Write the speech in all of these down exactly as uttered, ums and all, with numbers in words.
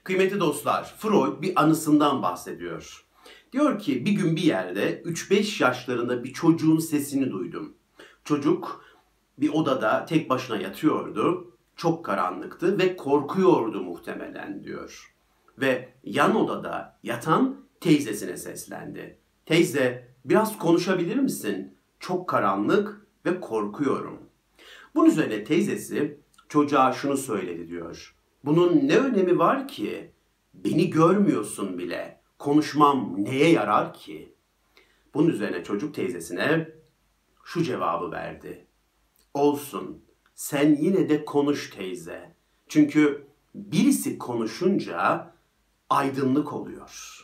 Kıymetli dostlar, Freud bir anısından bahsediyor. Diyor ki bir gün bir yerde üç beş yaşlarında bir çocuğun sesini duydum. Çocuk bir odada tek başına yatıyordu. Çok karanlıktı ve korkuyordu muhtemelen diyor. Ve yan odada yatan teyzesine seslendi. Teyze, biraz konuşabilir misin? Çok karanlık ve korkuyorum. Bunun üzerine teyzesi çocuğa şunu söyledi diyor. Bunun ne önemi var ki? Beni görmüyorsun bile. Konuşmam neye yarar ki? Bunun üzerine çocuk teyzesine şu cevabı verdi. Olsun, sen yine de konuş teyze. Çünkü birisi konuşunca aydınlık oluyor.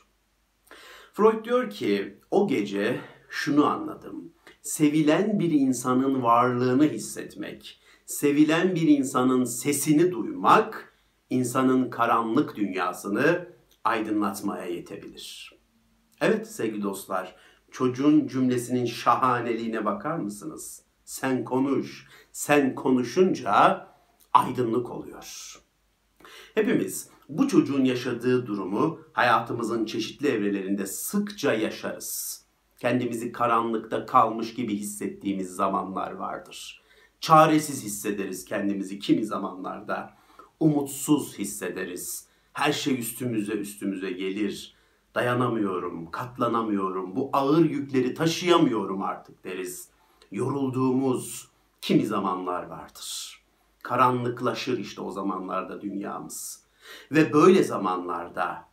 Freud diyor ki o gece şunu anladım. Sevilen bir insanın varlığını hissetmek, sevilen bir insanın sesini duymak, insanın karanlık dünyasını aydınlatmaya yetebilir. Evet sevgili dostlar, çocuğun cümlesinin şahaneliğine bakar mısınız? Sen konuş, sen konuşunca aydınlık oluyor. Hepimiz bu çocuğun yaşadığı durumu hayatımızın çeşitli evrelerinde sıkça yaşarız. Kendimizi karanlıkta kalmış gibi hissettiğimiz zamanlar vardır. Çaresiz hissederiz kendimizi kimi zamanlarda. Umutsuz hissederiz. Her şey üstümüze üstümüze gelir. Dayanamıyorum, katlanamıyorum, bu ağır yükleri taşıyamıyorum artık deriz. Yorulduğumuz kimi zamanlar vardır. Karanlıklaşır işte o zamanlarda dünyamız. Ve böyle zamanlarda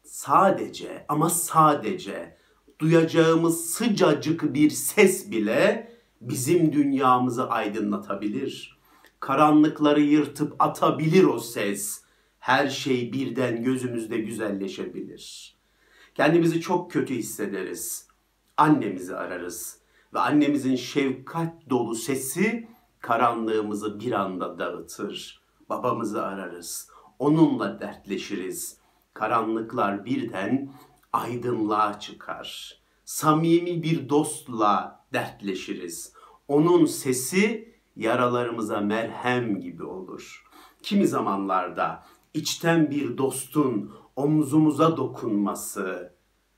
sadece ama sadece duyacağımız sıcacık bir ses bile bizim dünyamızı aydınlatabilir. Karanlıkları yırtıp atabilir o ses. Her şey birden gözümüzde güzelleşebilir. Kendimizi çok kötü hissederiz. Annemizi ararız ve annemizin şefkat dolu sesi karanlığımızı bir anda dağıtır. Babamızı ararız. Onunla dertleşiriz. Karanlıklar birden aydınlığa çıkar. Samimi bir dostla dertleşiriz. Onun sesi yaralarımıza merhem gibi olur. Kimi zamanlarda içten bir dostun omzumuza dokunması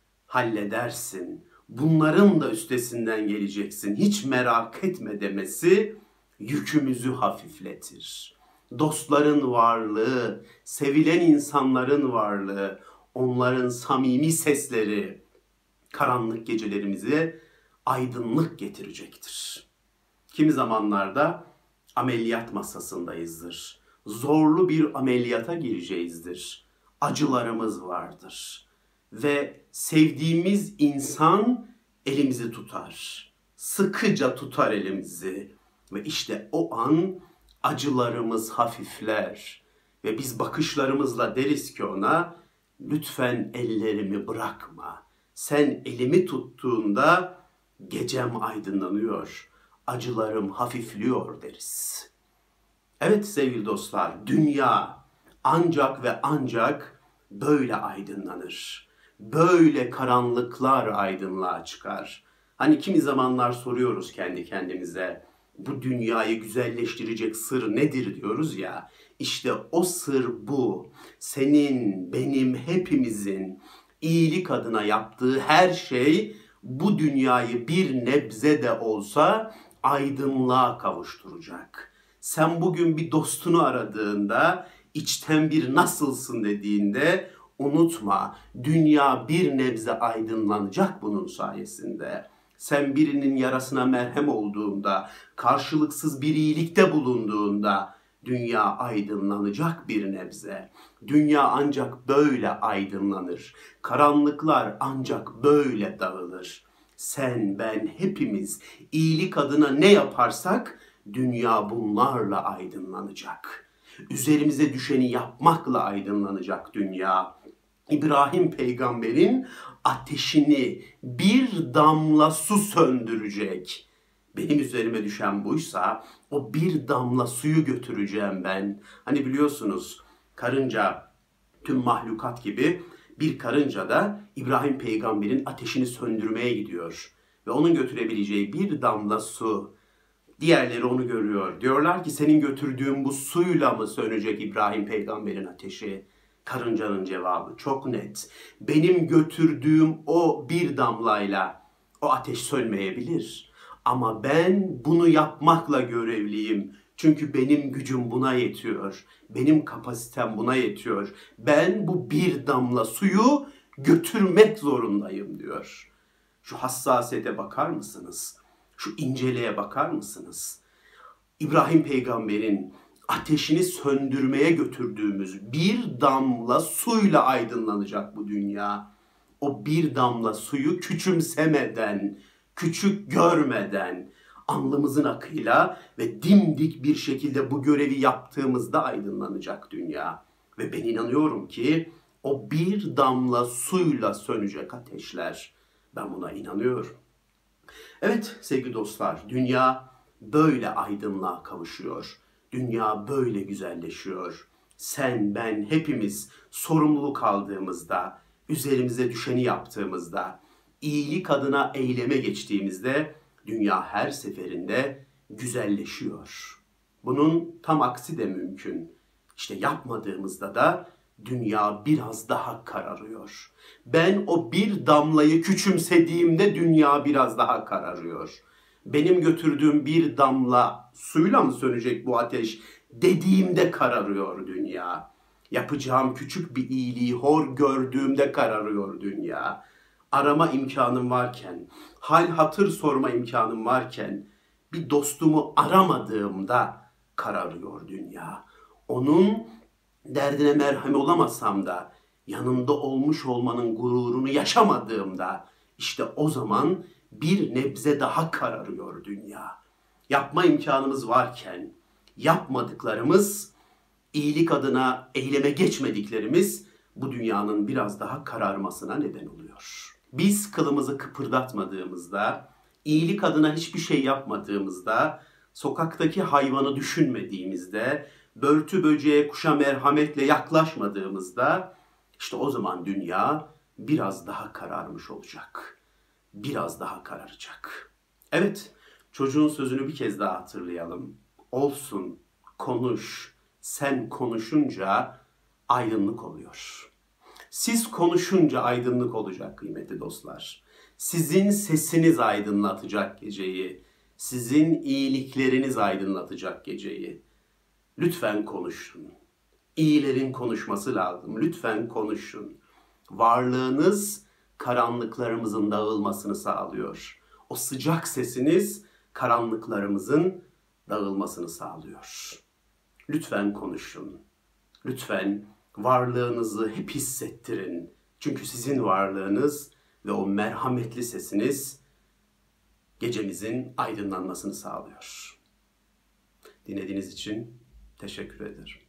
halledersin. Bunların da üstesinden geleceksin. Hiç merak etme demesi yükümüzü hafifletir. Dostların varlığı, sevilen insanların varlığı, onların samimi sesleri karanlık gecelerimize aydınlık getirecektir. Kimi zamanlarda ameliyat masasındayızdır. Zorlu bir ameliyata gireceğizdir. Acılarımız vardır. Ve sevdiğimiz insan elimizi tutar. Sıkıca tutar elimizi. Ve işte o an acılarımız hafifler. Ve biz bakışlarımızla deriz ki ona, lütfen ellerimi bırakma. Sen elimi tuttuğunda gecem aydınlanıyor. Acılarım hafifliyor deriz. Evet sevgili dostlar, dünya ancak ve ancak böyle aydınlanır. Böyle karanlıklar aydınlığa çıkar. Hani kimi zamanlar soruyoruz kendi kendimize, bu dünyayı güzelleştirecek sır nedir diyoruz ya. İşte o sır bu. Senin, benim, hepimizin iyilik adına yaptığı her şey bu dünyayı bir nebze de olsa aydınlığa kavuşturacak. Sen bugün bir dostunu aradığında, içten bir nasılsın dediğinde unutma, dünya bir nebze aydınlanacak bunun sayesinde. Sen birinin yarasına merhem olduğunda, karşılıksız bir iyilikte bulunduğunda dünya aydınlanacak bir nebze. Dünya ancak böyle aydınlanır. Karanlıklar ancak böyle dağılır. Sen, ben, hepimiz iyilik adına ne yaparsak dünya bunlarla aydınlanacak. Üzerimize düşeni yapmakla aydınlanacak dünya. İbrahim peygamberin ateşini bir damla su söndürecek. Benim üzerime düşen buysa o bir damla suyu götüreceğim ben. Hani biliyorsunuz karınca tüm mahlukat gibi bir karınca da İbrahim peygamberin ateşini söndürmeye gidiyor. Ve onun götürebileceği bir damla su. Diğerleri onu görüyor. Diyorlar ki senin götürdüğün bu suyla mı sönecek İbrahim peygamberin ateşi? Karıncanın cevabı çok net. Benim götürdüğüm o bir damlayla o ateş sönmeyebilir. Ama ben bunu yapmakla görevliyim. Çünkü benim gücüm buna yetiyor. Benim kapasitem buna yetiyor. Ben bu bir damla suyu götürmek zorundayım diyor. Şu hassasiyete bakar mısınız? Şu inceliğe bakar mısınız? İbrahim peygamberin ateşini söndürmeye götürdüğümüz bir damla suyla aydınlanacak bu dünya. O bir damla suyu küçümsemeden, küçük görmeden, alnımızın akıyla ve dimdik bir şekilde bu görevi yaptığımızda aydınlanacak dünya. Ve ben inanıyorum ki o bir damla suyla sönecek ateşler. Ben buna inanıyorum. Evet sevgili dostlar, dünya böyle aydınlığa kavuşuyor. Dünya böyle güzelleşiyor. Sen, ben, hepimiz sorumluluk aldığımızda, üzerimize düşeni yaptığımızda, iyilik adına eyleme geçtiğimizde dünya her seferinde güzelleşiyor. Bunun tam aksi de mümkün. İşte yapmadığımızda da dünya biraz daha kararıyor. Ben o bir damlayı küçümsediğimde dünya biraz daha kararıyor. Benim götürdüğüm bir damla suyla mı sönecek bu ateş dediğimde kararıyor dünya. Yapacağım küçük bir iyiliği hor gördüğümde kararıyor dünya. Arama imkanım varken, hal hatır sorma imkanım varken, bir dostumu aramadığımda kararıyor dünya. Onun derdine merhem olamasam da, yanında olmuş olmanın gururunu yaşamadığımda, işte o zaman bir nebze daha kararıyor dünya. Yapma imkanımız varken, yapmadıklarımız, iyilik adına eyleme geçmediklerimiz bu dünyanın biraz daha kararmasına neden oluyor. Biz kılımızı kıpırdatmadığımızda, iyilik adına hiçbir şey yapmadığımızda, sokaktaki hayvanı düşünmediğimizde, börtü böceğe kuşa merhametle yaklaşmadığımızda, işte o zaman dünya biraz daha kararmış olacak. Biraz daha kararacak. Evet, çocuğun sözünü bir kez daha hatırlayalım. Olsun, konuş, sen konuşunca aydınlık oluyor. Siz konuşunca aydınlık olacak kıymetli dostlar. Sizin sesiniz aydınlatacak geceyi. Sizin iyilikleriniz aydınlatacak geceyi. Lütfen konuşun. İyilerin konuşması lazım. Lütfen konuşun. Varlığınız karanlıklarımızın dağılmasını sağlıyor. O sıcak sesiniz karanlıklarımızın dağılmasını sağlıyor. Lütfen konuşun. Lütfen varlığınızı hep hissettirin. Çünkü sizin varlığınız ve o merhametli sesiniz gecemizin aydınlanmasını sağlıyor. Dinlediğiniz için teşekkür ederim.